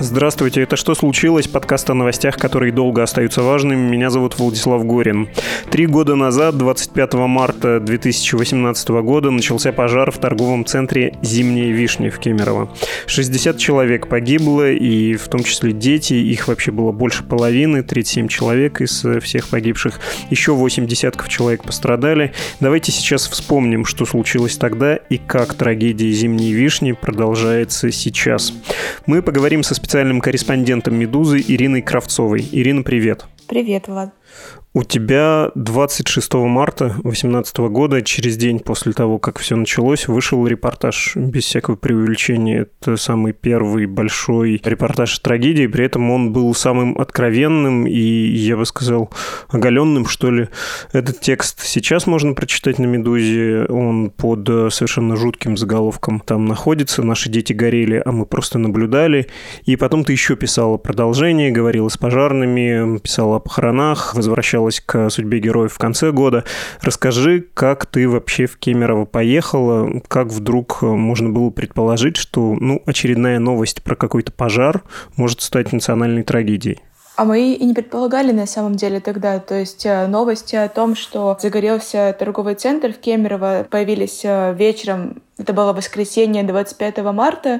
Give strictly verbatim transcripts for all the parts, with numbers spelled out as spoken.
Здравствуйте, это «Что случилось?» Подкаст о новостях, которые долго остаются важными. Меня зовут Владислав Горин. Три года назад, двадцать пятого марта две тысячи восемнадцатого года, начался пожар в торговом центре «Зимняя вишня» в Кемерово. шестьдесят человек погибло, и в том числе дети. Их вообще было больше половины, тридцать семь человек из всех погибших. Еще восемь десятков человек пострадали. Давайте сейчас вспомним, что случилось тогда и как трагедия «Зимней вишни» продолжается сейчас. Мы поговорим со специалистом специальным корреспондентом «Медузы» Ириной Кравцовой. Ирина, привет. Привет, Влад. У тебя двадцать шестого марта две тысячи восемнадцатого года, через день после того, как все началось, вышел репортаж. Без всякого преувеличения, это самый первый большой репортаж о трагедии. При этом он был самым откровенным и, я бы сказал, оголенным, что ли. Этот текст сейчас можно прочитать на «Медузе». Он под совершенно жутким заголовком там находится. «Наши дети горели, а мы просто наблюдали». И потом ты еще писала продолжение, говорила с пожарными, писала о похоронах, возвращалась к судьбе героев в конце года. Расскажи, как ты вообще в Кемерово поехала, как вдруг можно было предположить, что ну, очередная новость про какой-то пожар может стать национальной трагедией? А мы и не предполагали на самом деле тогда. То есть новости о том, что загорелся торговый центр в Кемерово, появились вечером. Это было воскресенье двадцать пятого марта.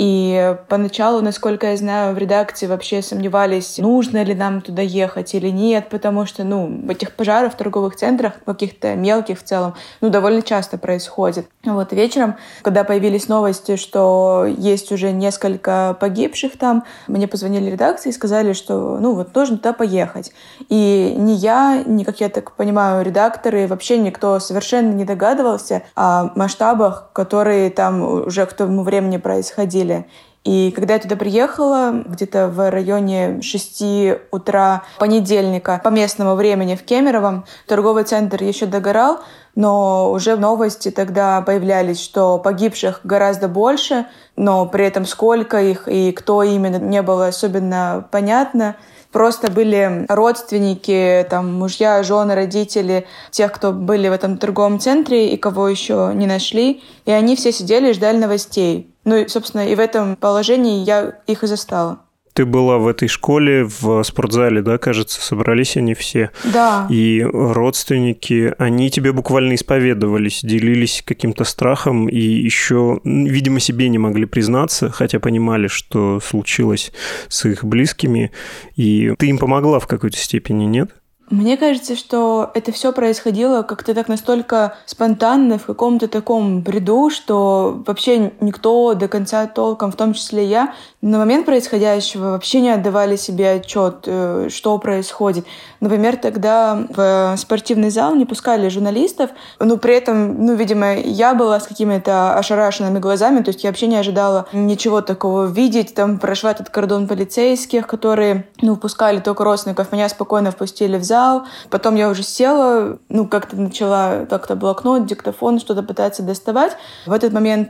И поначалу, насколько я знаю, в редакции вообще сомневались, нужно ли нам туда ехать или нет, потому что, ну, этих пожаров в торговых центрах, каких-то мелких в целом, ну, довольно часто происходит. Вот вечером, когда появились новости, что есть уже несколько погибших там, мне позвонили редакции и сказали, что, ну, вот нужно туда поехать. И ни я, ни, как я так понимаю, редакторы, вообще никто совершенно не догадывался о масштабах, которые там уже к тому времени происходили. И когда я туда приехала, где-то в районе шести утра понедельника по местному времени в Кемерово, торговый центр еще догорал, но уже новости тогда появлялись, что погибших гораздо больше, но при этом сколько их и кто именно, не было особенно понятно. Просто были родственники, там, мужья, жены, родители тех, кто были в этом торговом центре и кого еще не нашли. И они все сидели и ждали новостей. Ну и, собственно, и в этом положении я их и застала. Ты была в этой школе, в спортзале, да, кажется, собрались они все. Да. И родственники, они тебе буквально исповедовались, делились каким-то страхом и еще, видимо, себе не могли признаться, хотя понимали, что случилось с их близкими. И ты им помогла в какой-то степени, нет? Мне кажется, что это все происходило как-то так настолько спонтанно, в каком-то таком бреду, что вообще никто до конца толком, в том числе я, на момент происходящего вообще не отдавали себе отчет, что происходит. Например, тогда в спортивный зал не пускали журналистов, но при этом, ну, видимо, я была с какими-то ошарашенными глазами, то есть я вообще не ожидала ничего такого видеть. Там прошла этот кордон полицейских, которые, ну, пускали только родственников, меня спокойно впустили в зал. Потом я уже села, ну, как-то начала как-то блокнот, диктофон, что-то пытаться доставать. В этот момент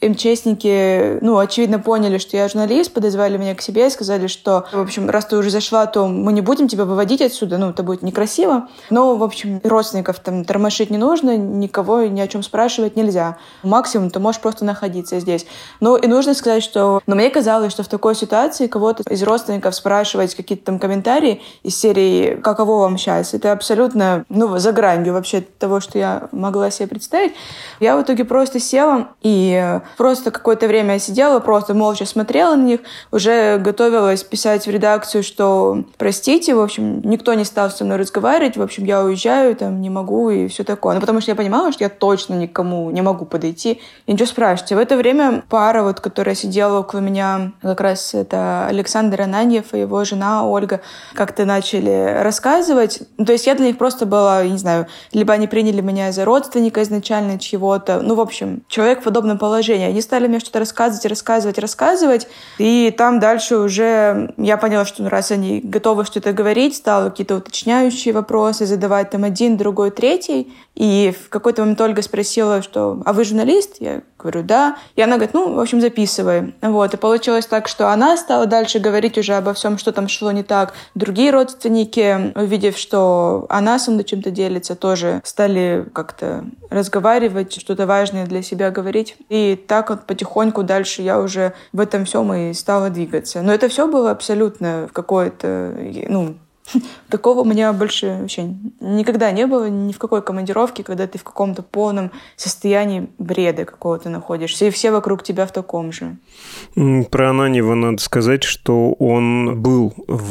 МЧСники, ну, очевидно, поняли, что я журналист, подозвали меня к себе и сказали, что, в общем, раз ты уже зашла, то мы не будем тебя выводить отсюда, ну, это будет некрасиво. Но, в общем, родственников там тормошить не нужно, никого ни о чем спрашивать нельзя. Максимум ты можешь просто находиться здесь. Ну, и нужно сказать, что... Но мне казалось, что в такой ситуации кого-то из родственников спрашивать какие-то там комментарии из серии «Каково вам сейчас?» Это абсолютно, ну, за гранью вообще того, что я могла себе представить. Я в итоге просто села и просто какое-то время сидела, просто молча смотрела на них, уже готовилась писать в редакцию, что простите, в общем, никто не стал со мной разговаривать, в общем, я уезжаю, там, не могу и все такое. Ну, потому что я понимала, что я точно никому не могу подойти и ничего спрашивать. И в это время пара, вот, которая сидела около меня, как раз это Александр Ананьев и его жена Ольга, как-то начали рассказывать. То есть я для них просто была, не знаю, либо они приняли меня за родственника изначально чего-то. Ну, в общем, человек в подобном положении. Они стали мне что-то рассказывать, рассказывать, рассказывать. И там дальше уже я поняла, что раз они готовы что-то говорить, стала какие-то уточняющие вопросы задавать, там один, другой, третий. И в какой-то момент Ольга спросила, что «А вы журналист?» Я говорю «Да». И она говорит «Ну, в общем, записывай». Вот. И получилось так, что она стала дальше говорить уже обо всем, что там шло не так. Другие родственники, увидев увидев, что она со мной чем-то делится, тоже стали как-то разговаривать, что-то важное для себя говорить. И так вот потихоньку дальше я уже в этом всем и стала двигаться. Но это все было абсолютно в какое-то, ну, такого у меня больше вообще никогда не было, ни в какой командировке, когда ты в каком-то полном состоянии бреда какого-то находишься, и все вокруг тебя в таком же. Про Ананьева надо сказать, что он был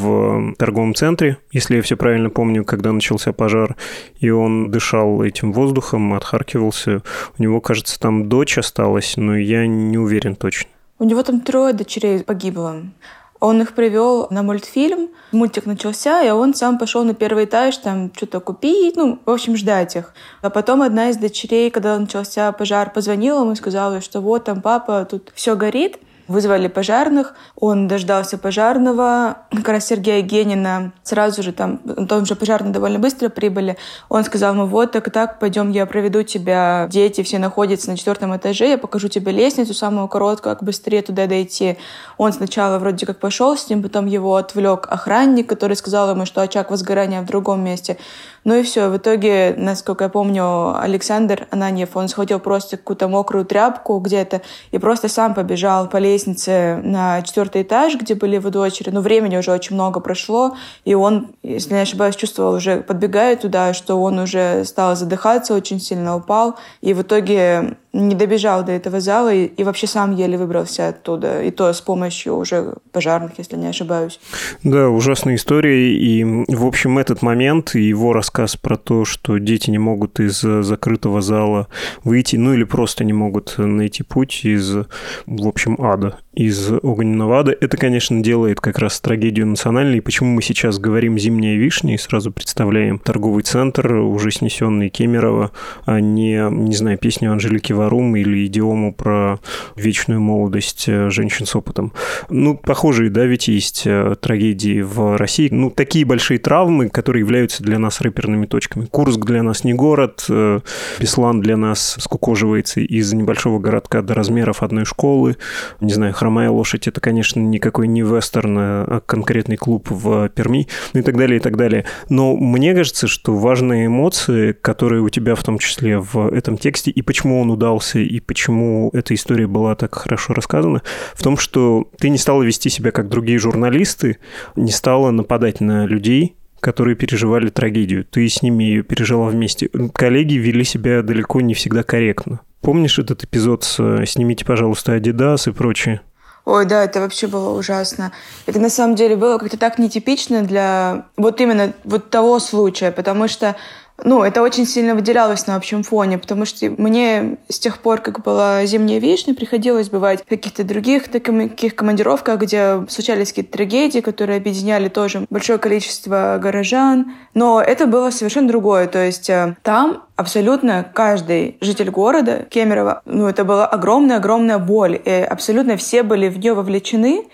в торговом центре, если я все правильно помню, когда начался пожар, и он дышал этим воздухом, отхаркивался. У него, кажется, там дочь осталась, но я не уверен точно. У него там трое дочерей погибло. Он их привел на мультфильм, мультик начался, и он сам пошел на первый этаж там что-то купить, ну, в общем, ждать их. А потом одна из дочерей, когда начался пожар, позвонила ему и сказала, что вот там папа, тут все горит. Вызвали пожарных, он дождался пожарного, как раз Сергея Генина, сразу же там, там же пожарные довольно быстро прибыли, он сказал ему, вот так и так, пойдем, я проведу тебя, дети все находятся на четвертом этаже, я покажу тебе лестницу, самую короткую, как быстрее туда дойти. Он сначала вроде как пошел с ним, потом его отвлек охранник, который сказал ему, что очаг возгорания в другом месте. Ну и все. В итоге, насколько я помню, Александр Ананьев, он схватил просто какую-то мокрую тряпку где-то и просто сам побежал по лестнице на четвертый этаж, где были его дочери. Но времени уже очень много прошло, и он, если не ошибаюсь, чувствовал уже, подбегая туда, что он уже стал задыхаться, очень сильно упал. И в итоге не добежал до этого зала и, и вообще сам еле выбрался оттуда. И то с помощью уже пожарных, если не ошибаюсь. Да, ужасная история. И, в общем, этот момент и его рассказ про то, что дети не могут из закрытого зала выйти, ну или просто не могут найти путь из, в общем, ада, из огненного ада, это, конечно, делает как раз трагедию национальной. И почему мы сейчас говорим «Зимняя вишня» и сразу представляем торговый центр, уже снесенный Кемерово, а не, не знаю, песню Анжелики Варум или идиому про вечную молодость женщин с опытом. Ну, похожие, да, ведь есть трагедии в России. Ну, такие большие травмы, которые являются для нас рэперными точками. Курск для нас не город, Беслан для нас скукоживается из небольшого городка до размеров одной школы. Не знаю, «Хромая лошадь» — это, конечно, никакой не вестерн, а конкретный клуб в Перми, ну и так далее, и так далее. Но мне кажется, что важные эмоции, которые у тебя в том числе в этом тексте, и почему он удался, и почему эта история была так хорошо рассказана, в том, что ты не стала вести себя как другие журналисты, не стала нападать на людей, которые переживали трагедию. Ты с ними ее пережила вместе. Коллеги вели себя далеко не всегда корректно. Помнишь этот эпизод с «Снимите, пожалуйста, Адидас» и прочее? Ой, да, это вообще было ужасно. Это на самом деле было как-то так нетипично для вот именно вот того случая, потому что ну, это очень сильно выделялось на общем фоне, потому что мне с тех пор, как была «Зимняя вишня», приходилось бывать в каких-то других таких командировках, где случались какие-то трагедии, которые объединяли тоже большое количество горожан. Но это было совершенно другое. То есть там абсолютно каждый житель города Кемерово, ну, это была огромная-огромная боль. И абсолютно все были в нее вовлечены.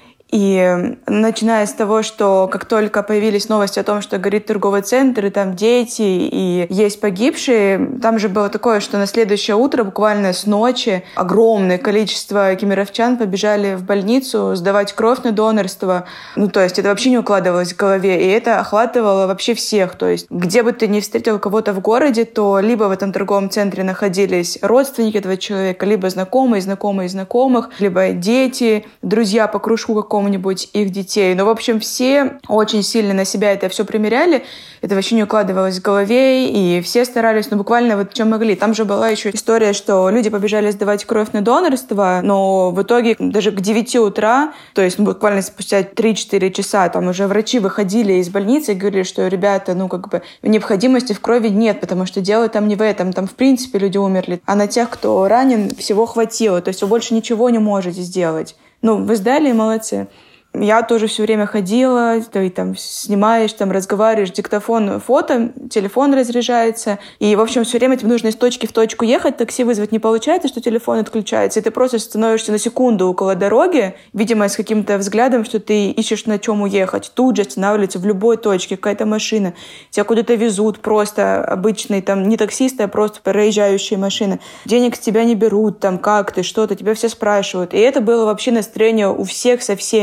И начиная с того, что как только появились новости о том, что горит торговый центр, и там дети, и есть погибшие, там же было такое, что на следующее утро, буквально с ночи, огромное количество кемеровчан побежали в больницу сдавать кровь на донорство. Ну, то есть это вообще не укладывалось в голове, и это охватывало вообще всех. То есть где бы ты ни встретил кого-то в городе, то либо в этом торговом центре находились родственники этого человека, либо знакомые, знакомые знакомых, либо дети, друзья по кружку какому нибудь их детей. Но, в общем, все очень сильно на себя это все примеряли. Это вообще не укладывалось в голове, и все старались, ну, буквально вот чем могли. Там же была еще история, что люди побежали сдавать кровь на донорство, но в итоге даже к девяти утра, то есть ну, буквально спустя три-четыре часа, там уже врачи выходили из больницы и говорили, что, ребята, ну, как бы необходимости в крови нет, потому что дело там не в этом. Там, в принципе, люди умерли. А на тех, кто ранен, всего хватило. То есть вы больше ничего не можете сделать. Ну, вы сдали, молодцы. Я тоже все время ходила, ты там снимаешь, там разговариваешь, диктофон, фото, телефон разряжается. И, в общем, все время тебе нужно из точки в точку ехать, такси вызвать не получается, что телефон отключается. И ты просто становишься на секунду около дороги, видимо, с каким-то взглядом, что ты ищешь, на чем уехать. Тут же останавливается в любой точке какая-то машина. Тебя куда-то везут просто обычные, там, не таксисты, а просто проезжающие машины. Денег с тебя не берут, там, как ты, что-то, тебя все спрашивают. И это было вообще настроение у всех со всеми.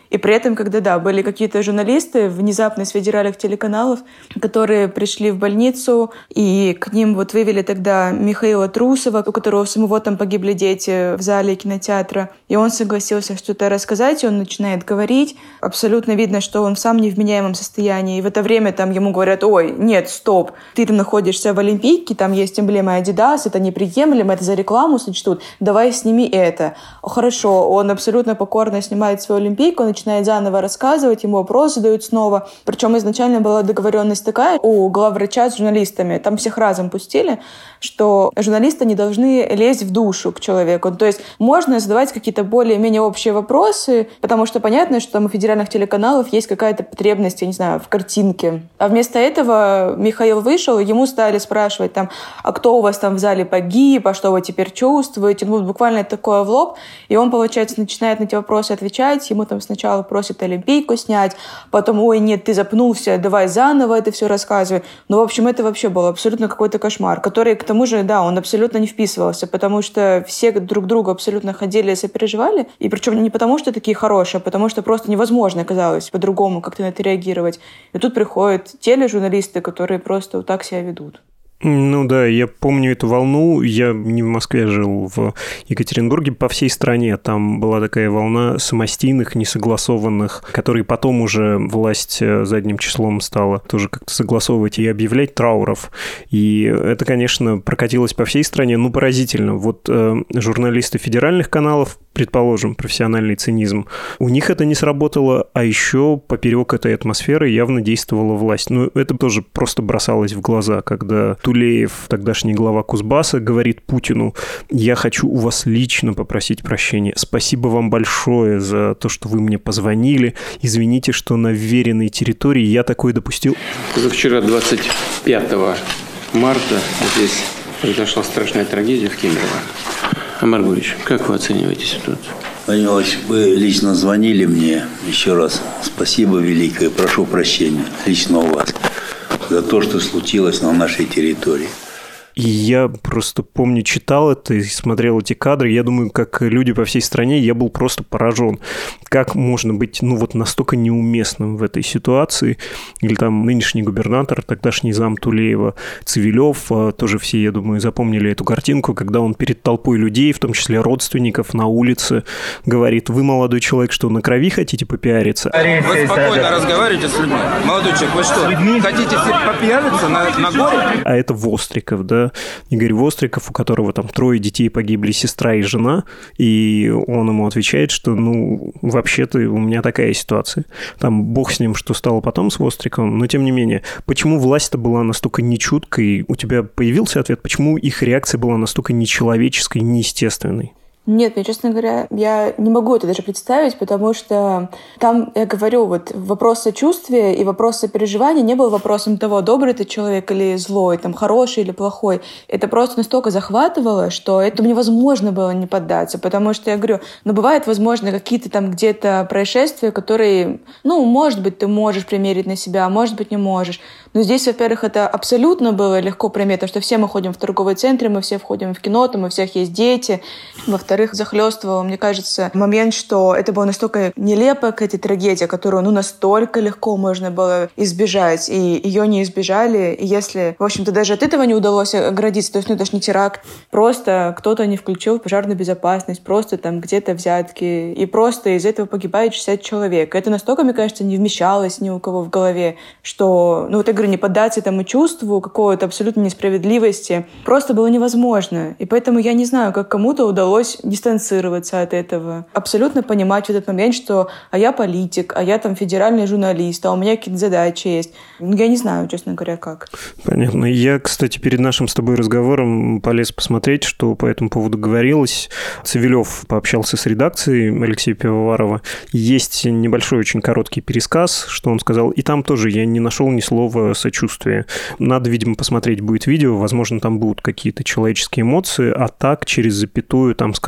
И при этом, когда, да, были какие-то журналисты внезапно из федеральных телеканалов, которые пришли в больницу, и к ним вот вывели тогда Михаила Трусова, у которого самого там погибли дети в зале кинотеатра. И он согласился что-то рассказать, и он начинает говорить. Абсолютно видно, что он сам не в вменяемом состоянии. И в это время там ему говорят: ой, нет, стоп, ты там находишься в Олимпийке, там есть эмблема Adidas, это неприемлемо, это за рекламу сочтут, давай сними это. Хорошо, он абсолютно покорно снимает свою Олимпийку, он начинает заново рассказывать, ему вопросы дают снова. Причем изначально была договоренность такая у главврача с журналистами, там всех разом пустили, что журналисты не должны лезть в душу к человеку. То есть можно задавать какие-то более-менее общие вопросы, потому что понятно, что там у федеральных телеканалов есть какая-то потребность, я не знаю, в картинке. А вместо этого Михаил вышел, и ему стали спрашивать там: а кто у вас там в зале погиб, а что вы теперь чувствуете? Ну, буквально такое в лоб. И он, получается, начинает на эти вопросы отвечать. Ему там сначала просят Олимпийку снять, потом: ой, нет, ты запнулся, давай заново это все рассказывай. Ну, в общем, это вообще был абсолютно какой-то кошмар, который, к тому же, да, он абсолютно не вписывался, потому что все друг другу абсолютно ходили и сопереживали. И причем не потому, что такие хорошие, а потому что просто невозможно оказалось по-другому как-то на это реагировать. И тут приходят тележурналисты, которые просто вот так себя ведут. Ну да, я помню эту волну. Я не в Москве жил, в Екатеринбурге, по всей стране. Там была такая волна самостийных, несогласованных, которые потом уже власть задним числом стала тоже как-то согласовывать и объявлять трауров. И это, конечно, прокатилось по всей стране. Ну, поразительно. Вот э, журналисты федеральных каналов, предположим, профессиональный цинизм, у них это не сработало, а еще поперек этой атмосферы явно действовала власть. Ну, это тоже просто бросалось в глаза, когда Тулеев, тогдашний глава Кузбасса, говорит Путину: я хочу у вас лично попросить прощения. Спасибо вам большое за то, что вы мне позвонили. Извините, что на вверенной территории я такое допустил. Вчера, двадцать пятого марта, здесь произошла страшная трагедия в Кемерово. Амар Гурьевич, как вы оцениваете ситуацию? Владимир Иванович, вы лично звонили мне. Еще раз спасибо великое. Прошу прощения лично у вас за то, что случилось на нашей территории. И я просто помню, читал это и смотрел эти кадры. Я думаю, как люди по всей стране, я был просто поражен. Как можно быть, ну, вот настолько неуместным в этой ситуации? Или там нынешний губернатор, тогдашний зам Тулеева, Цивилев, тоже все, я думаю, запомнили эту картинку, когда он перед толпой людей, в том числе родственников, на улице говорит: вы, молодой человек, что, на крови хотите попиариться? Вы спокойно разговариваете с людьми. Молодой человек, вы что, хотите попиариться на, на горе? А это Востриков, да? Игорь Востриков, у которого там трое детей погибли, сестра и жена, и он ему отвечает, что, ну, вообще-то у меня такая ситуация. Там бог с ним, что стало потом с Востриковым, но тем не менее. Почему власть-то была настолько нечуткой? У тебя появился ответ, почему их реакция была настолько нечеловеческой, неестественной? Нет, мне, честно говоря, я не могу это даже представить, потому что там, я говорю, вот вопрос сочувствия и вопрос сопереживания не был вопросом того, добрый ты человек или злой, там, хороший или плохой. Это просто настолько захватывало, что этому невозможно было не поддаться, потому что, я говорю, ну, бывают, возможно, какие-то там где-то происшествия, которые, ну, может быть, ты можешь примерить на себя, может быть, не можешь. Но здесь, во-первых, это абсолютно было легко примерить, потому что все мы ходим в торговый центр, мы все входим в кино, там у всех есть дети. Во-вторых, захлестывал, мне кажется, момент, что это было настолько нелепо, к этой трагедии, которую, ну, настолько легко можно было избежать, и ее не избежали. И если, в общем-то, даже от этого не удалось оградиться, то есть, ну, это ж не теракт, просто кто-то не включил пожарную безопасность, просто там где-то взятки, и просто из этого погибает шестьдесят человек. Это настолько, мне кажется, не вмещалось ни у кого в голове, что, ну, вот я говорю, не поддаться этому чувству какой-то абсолютной несправедливости просто было невозможно. И поэтому я не знаю, как кому-то удалось дистанцироваться от этого. Абсолютно понимать в этот момент, что а я политик, а я там федеральный журналист, а у меня какие-то задачи есть. Ну, я не знаю, честно говоря, как. Понятно. Я, кстати, перед нашим с тобой разговором полез посмотреть, что по этому поводу говорилось. Цивилев пообщался с редакцией Алексея Пивоварова. Есть небольшой, очень короткий пересказ, что он сказал. И там тоже я не нашел ни слова сочувствия. Надо, видимо, посмотреть будет видео. Возможно, там будут какие-то человеческие эмоции, а так через запятую там сказано: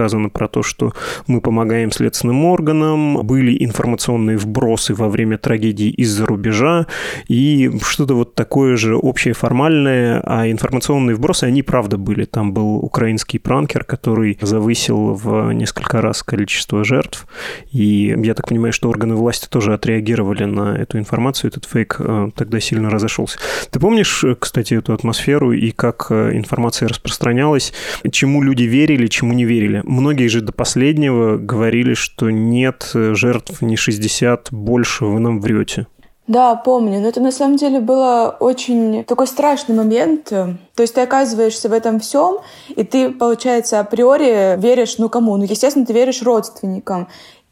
сказано про то, что мы помогаем следственным органам, были информационные вбросы во время трагедии из-за рубежа, и что-то вот такое же общее формальное, а информационные вбросы, они правда были. Там был украинский пранкер, который завысил в несколько раз количество жертв, и я так понимаю, что органы власти тоже отреагировали на эту информацию, этот фейк тогда сильно разошелся. Ты помнишь, кстати, эту атмосферу и как информация распространялась, чему люди верили, чему не верили? Многие же до последнего говорили, что нет жертв не шестьдесят, больше вы нам врете. Да, помню, но это на самом деле было очень такой страшный момент. То есть ты оказываешься в этом всем, и ты, получается, априори веришь, ну кому? Ну, естественно, ты веришь родственникам.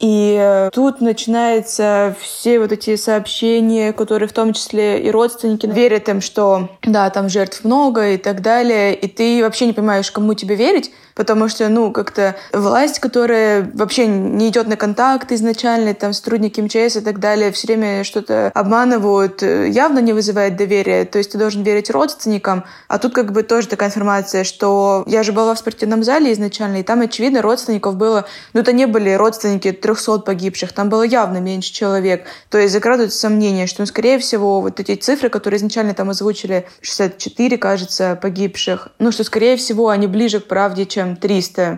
И тут начинаются все вот эти сообщения, которые в том числе и родственники верят им, что да, там жертв много и так далее, и ты вообще не понимаешь, кому тебе верить, потому что, ну, как-то власть, которая вообще не идет на контакт изначально, там, сотрудники эм че эс и так далее, все время что-то обманывают, явно не вызывает доверия, то есть ты должен верить родственникам, а тут как бы тоже такая информация, что я же была в спортивном зале изначально, и там, очевидно, родственников было, ну, это не были родственники трехсот погибших, там было явно меньше человек, то есть закрадываются сомнения, что, ну, скорее всего, вот эти цифры, которые изначально там озвучили, шестьдесят четыре, кажется, погибших, ну, что, скорее всего, они ближе к правде, чем триста.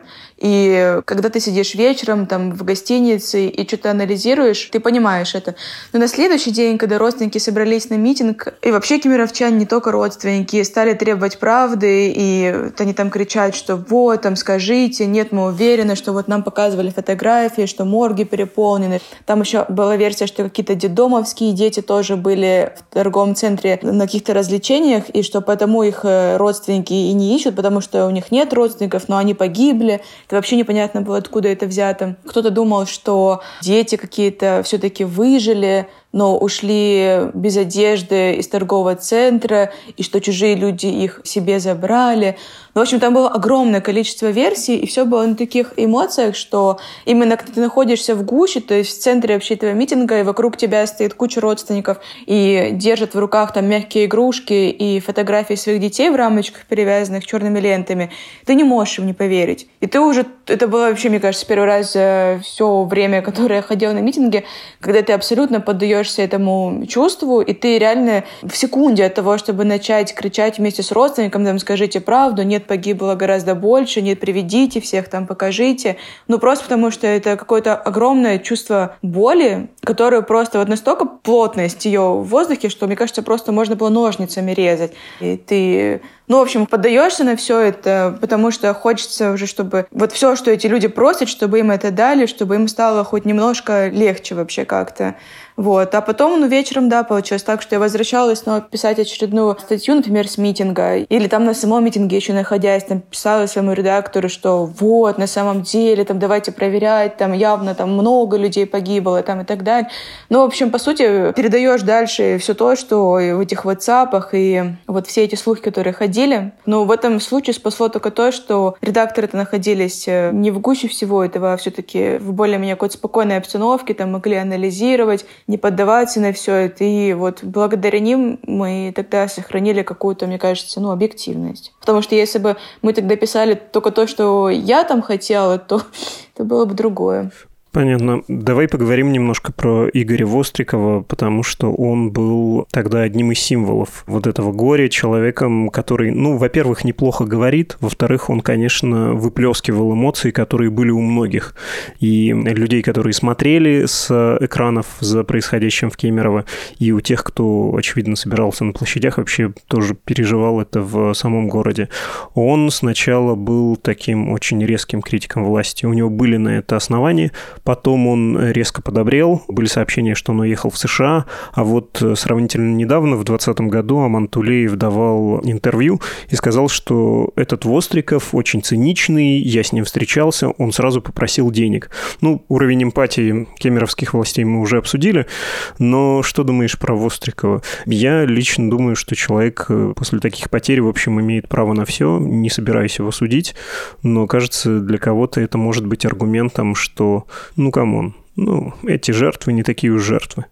И когда ты сидишь вечером там в гостинице и что-то анализируешь, ты понимаешь это. Но на следующий день, когда родственники собрались на митинг, и вообще кемеровчане, не только родственники, стали требовать правды, и они там кричат, что вот, там, скажите, нет, мы уверены, что вот нам показывали фотографии, что морги переполнены. Там еще была версия, что какие-то детдомовские дети тоже были в торговом центре на каких-то развлечениях, и что потому их родственники и не ищут, потому что у них нет родственников, но они погибли. Это вообще непонятно было, откуда это взято. Кто-то думал, что дети какие-то все-таки выжили, но ушли без одежды из торгового центра, и что чужие люди их себе забрали. Ну, в общем, там было огромное количество версий, и все было на таких эмоциях, что именно когда ты находишься в гуще, то есть в центре вообще этого митинга, и вокруг тебя стоит куча родственников, и держат в руках там мягкие игрушки и фотографии своих детей в рамочках, перевязанных черными лентами, ты не можешь им не поверить. И ты уже... Это было вообще, мне кажется, первый раз за все время, которое я ходила на митинге, когда ты абсолютно поддаешься этому чувству, и ты реально в секунде от того, чтобы начать кричать вместе с родственником, там, скажите правду, нет, погибло гораздо больше, нет, приведите всех, там, покажите. Ну, просто потому что это какое-то огромное чувство боли, которое просто вот настолько плотность ее в воздухе, что, мне кажется, просто можно было ножницами резать. И ты... Ну, в общем, поддаешься на все это, потому что хочется уже, чтобы вот все, что эти люди просят, чтобы им это дали, чтобы им стало хоть немножко легче вообще как-то. Вот. А потом, ну, вечером, да, получилось так, что я возвращалась, ну, писать очередную статью, например, с митинга. Или там на самом митинге еще находясь, там писала своему редактору, что вот, на самом деле, там, давайте проверять, там, явно там много людей погибло, там, и так далее. Ну, в общем, по сути, передаешь дальше все то, что и в этих ватсапах, и вот все эти слухи, которые ходили. Но в этом случае спасло только то, что редакторы-то находились не в гуще всего этого, а все-таки в более-менее какой-то спокойной обстановке, там, могли анализировать, не поддаваться на все это. И вот благодаря ним мы тогда сохранили какую-то, мне кажется, ну, объективность. Потому что если бы мы тогда писали только то, что я там хотела, то это было бы другое. Понятно. Давай поговорим немножко про Игоря Вострикова, потому что он был тогда одним из символов вот этого горя, человеком, который, ну, во-первых, неплохо говорит, во-вторых, он, конечно, выплескивал эмоции, которые были у многих. И людей, которые смотрели с экранов за происходящим в Кемерово, и у тех, кто, очевидно, собирался на площадях, вообще тоже переживал это в самом городе. Он сначала был таким очень резким критиком власти, у него были на это основания. Потом он резко подобрел. Были сообщения, что он уехал в США. А вот сравнительно недавно, в двадцатом году, Аман Тулеев давал интервью и сказал, что этот Востриков очень циничный, я с ним встречался, он сразу попросил денег. Ну, уровень эмпатии кемеровских властей мы уже обсудили, но что думаешь про Вострикова? Я лично думаю, что человек после таких потерь, в общем, имеет право на все, не собираюсь его судить, но, кажется, для кого-то это может быть аргументом, что... Ну, камон, ну, эти жертвы не такие уж жертвы.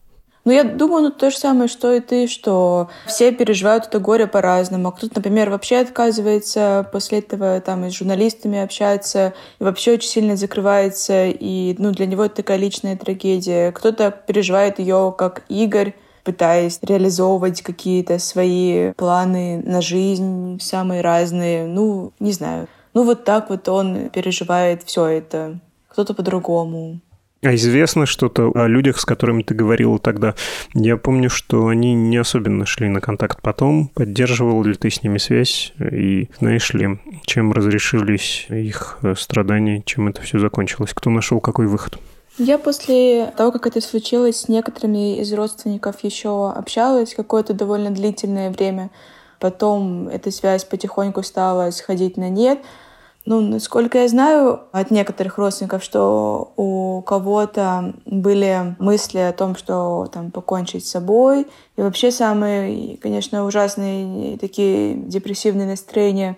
Ну, я думаю, ну, то же самое, что и ты, что все переживают это горе по-разному. Кто-то, например, вообще отказывается после этого там и с журналистами общаться, и вообще очень сильно закрывается, и ну, для него это такая личная трагедия. Кто-то переживает ее как Игорь, пытаясь реализовывать какие-то свои планы на жизнь, самые разные. Ну, не знаю. Ну, вот так вот он переживает все это. Кто-то по-другому. А известно что-то о людях, с которыми ты говорила тогда? Я помню, что они не особенно шли на контакт потом. Поддерживал ли ты с ними связь? И знаешь ли, чем разрешились их страдания, чем это все закончилось? Кто нашел какой выход? Я после того, как это случилось, с некоторыми из родственников еще общалась какое-то довольно длительное время. Потом эта связь потихоньку стала сходить на нет. Ну, насколько я знаю от некоторых родственников, что у кого-то были мысли о том, что там покончить с собой. И вообще самые, конечно, ужасные такие депрессивные настроения.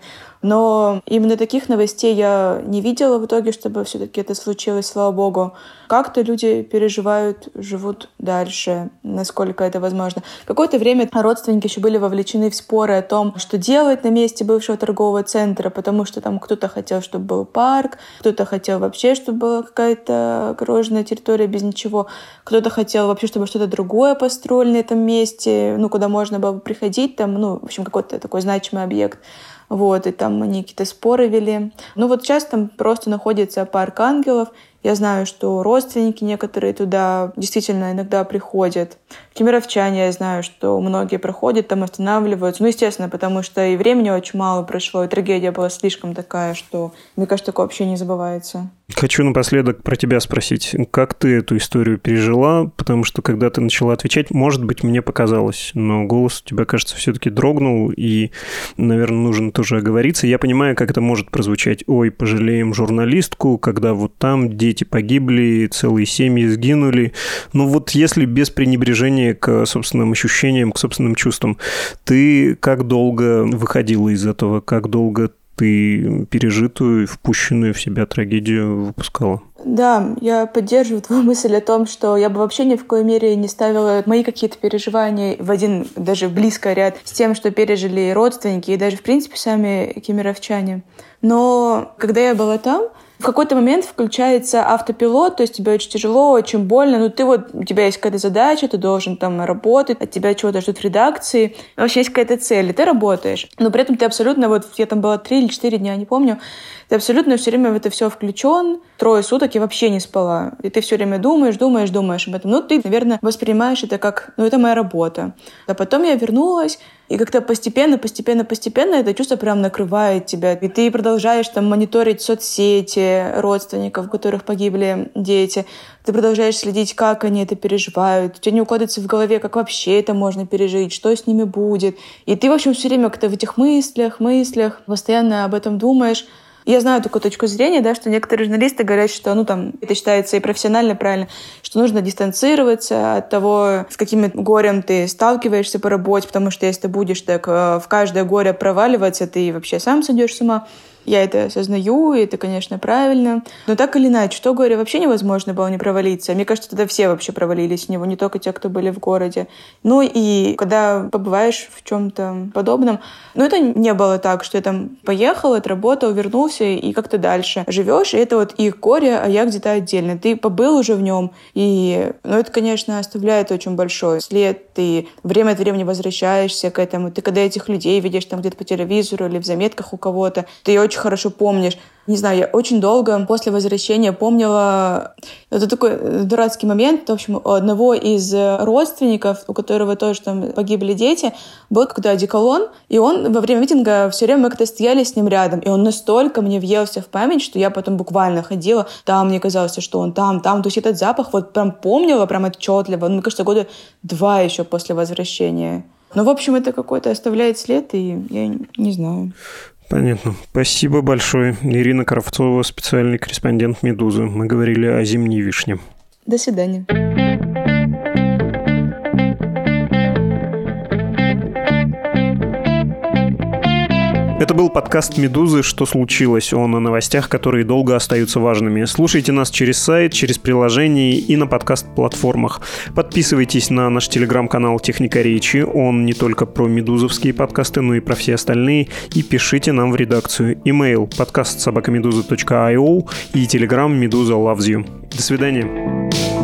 Но именно таких новостей я не видела в итоге, чтобы все-таки это случилось, слава богу. Как-то люди переживают, живут дальше, насколько это возможно. Какое-то время родственники еще были вовлечены в споры о том, что делать на месте бывшего торгового центра, потому что там кто-то хотел, чтобы был парк, кто-то хотел вообще, чтобы была какая-то огороженная территория без ничего, кто-то хотел вообще, чтобы что-то другое построили на этом месте, ну, куда можно было бы приходить, там, ну, в общем, какой-то такой значимый объект. Вот, и там они какие-то споры вели. Ну вот сейчас там просто находится парк ангелов. Я знаю, что родственники некоторые туда действительно иногда приходят. Кемеровчане, я знаю, что многие проходят, там останавливаются. Ну, естественно, потому что и времени очень мало прошло, и трагедия была слишком такая, что, мне кажется, такое вообще не забывается. Хочу напоследок про тебя спросить. Как ты эту историю пережила? Потому что, когда ты начала отвечать, может быть, мне показалось, но голос у тебя, кажется, все-таки дрогнул, и, наверное, нужно тоже оговориться. Я понимаю, как это может прозвучать. Ой, пожалеем журналистку, когда вот там дети погибли, целые семьи сгинули. Но вот если без пренебрежения к собственным ощущениям, к собственным чувствам, ты как долго выходила из этого? Как долго ты пережитую, впущенную в себя трагедию выпускала? Да, я поддерживаю твою мысль о том, что я бы вообще ни в коей мере не ставила мои какие-то переживания в один, даже близкий ряд с тем, что пережили родственники и даже, в принципе, сами кемеровчане. Но когда я была там, в какой-то момент включается автопилот, то есть тебе очень тяжело, очень больно, но ты вот, у тебя есть какая-то задача, ты должен там работать, от тебя чего-то ждут в редакции, вообще есть какая-то цель, и ты работаешь. Но при этом ты абсолютно, вот я там была три или четыре дня, не помню, ты абсолютно все время в это все включен, трое суток я вообще не спала. И ты все время думаешь, думаешь, думаешь об этом. Ну, ты, наверное, воспринимаешь это как, ну, это моя работа. А потом я вернулась, и как-то постепенно, постепенно, постепенно это чувство прям накрывает тебя. И ты продолжаешь там мониторить соцсети родственников, у которых погибли дети. Ты продолжаешь следить, как они это переживают. У тебя не укладывается в голове, как вообще это можно пережить, что с ними будет. И ты, в общем, все время как-то в этих мыслях, мыслях, постоянно об этом думаешь. Я знаю такую точку зрения, да, что некоторые журналисты говорят, что ну, там, это считается и профессионально правильно, что нужно дистанцироваться от того, с каким горем ты сталкиваешься по работе, потому что если ты будешь так в каждое горе проваливаться, ты вообще сам сойдешь с ума. Я это осознаю, и это, конечно, правильно. Но так или иначе, то горе вообще невозможно было не провалиться. Мне кажется, тогда все вообще провалились в него, не только те, кто были в городе. Ну и когда побываешь в чем-то подобном, ну это не было так, что я там поехал, отработал, вернулся и как-то дальше живешь, и это вот их горе, а я где-то отдельно. Ты побыл уже в нем, и ну, это, конечно, оставляет очень большой след. Ты время от времени возвращаешься к этому. Ты когда этих людей видишь там где-то по телевизору или в заметках у кого-то, ты очень хорошо помнишь. Не знаю, я очень долго после возвращения помнила... Это такой дурацкий момент. В общем, у одного из родственников, у которого тоже там погибли дети, был какой-то одеколон, и он во время митинга все время мы как-то стояли с ним рядом, и он настолько мне въелся в память, что я потом буквально ходила, там мне казалось, что он там, там. То есть этот запах вот прям помнила, прям отчетливо. Ну, мне кажется, года два еще после возвращения. Ну, в общем, это какой-то оставляет след, и я не знаю. Понятно. Спасибо большое. Ирина Кравцова, специальный корреспондент «Медузы». Мы говорили о зимней вишне. До свидания. Это был подкаст «Медузы. Что случилось?». Он о новостях, которые долго остаются важными. Слушайте нас через сайт, через приложение и на подкаст-платформах. Подписывайтесь на наш телеграм-канал «Техника речи». Он не только про медузовские подкасты, но и про все остальные. И пишите нам в редакцию. Имейл подкаст собака медуза точка ай о и телеграм «Медуза loves you». До свидания.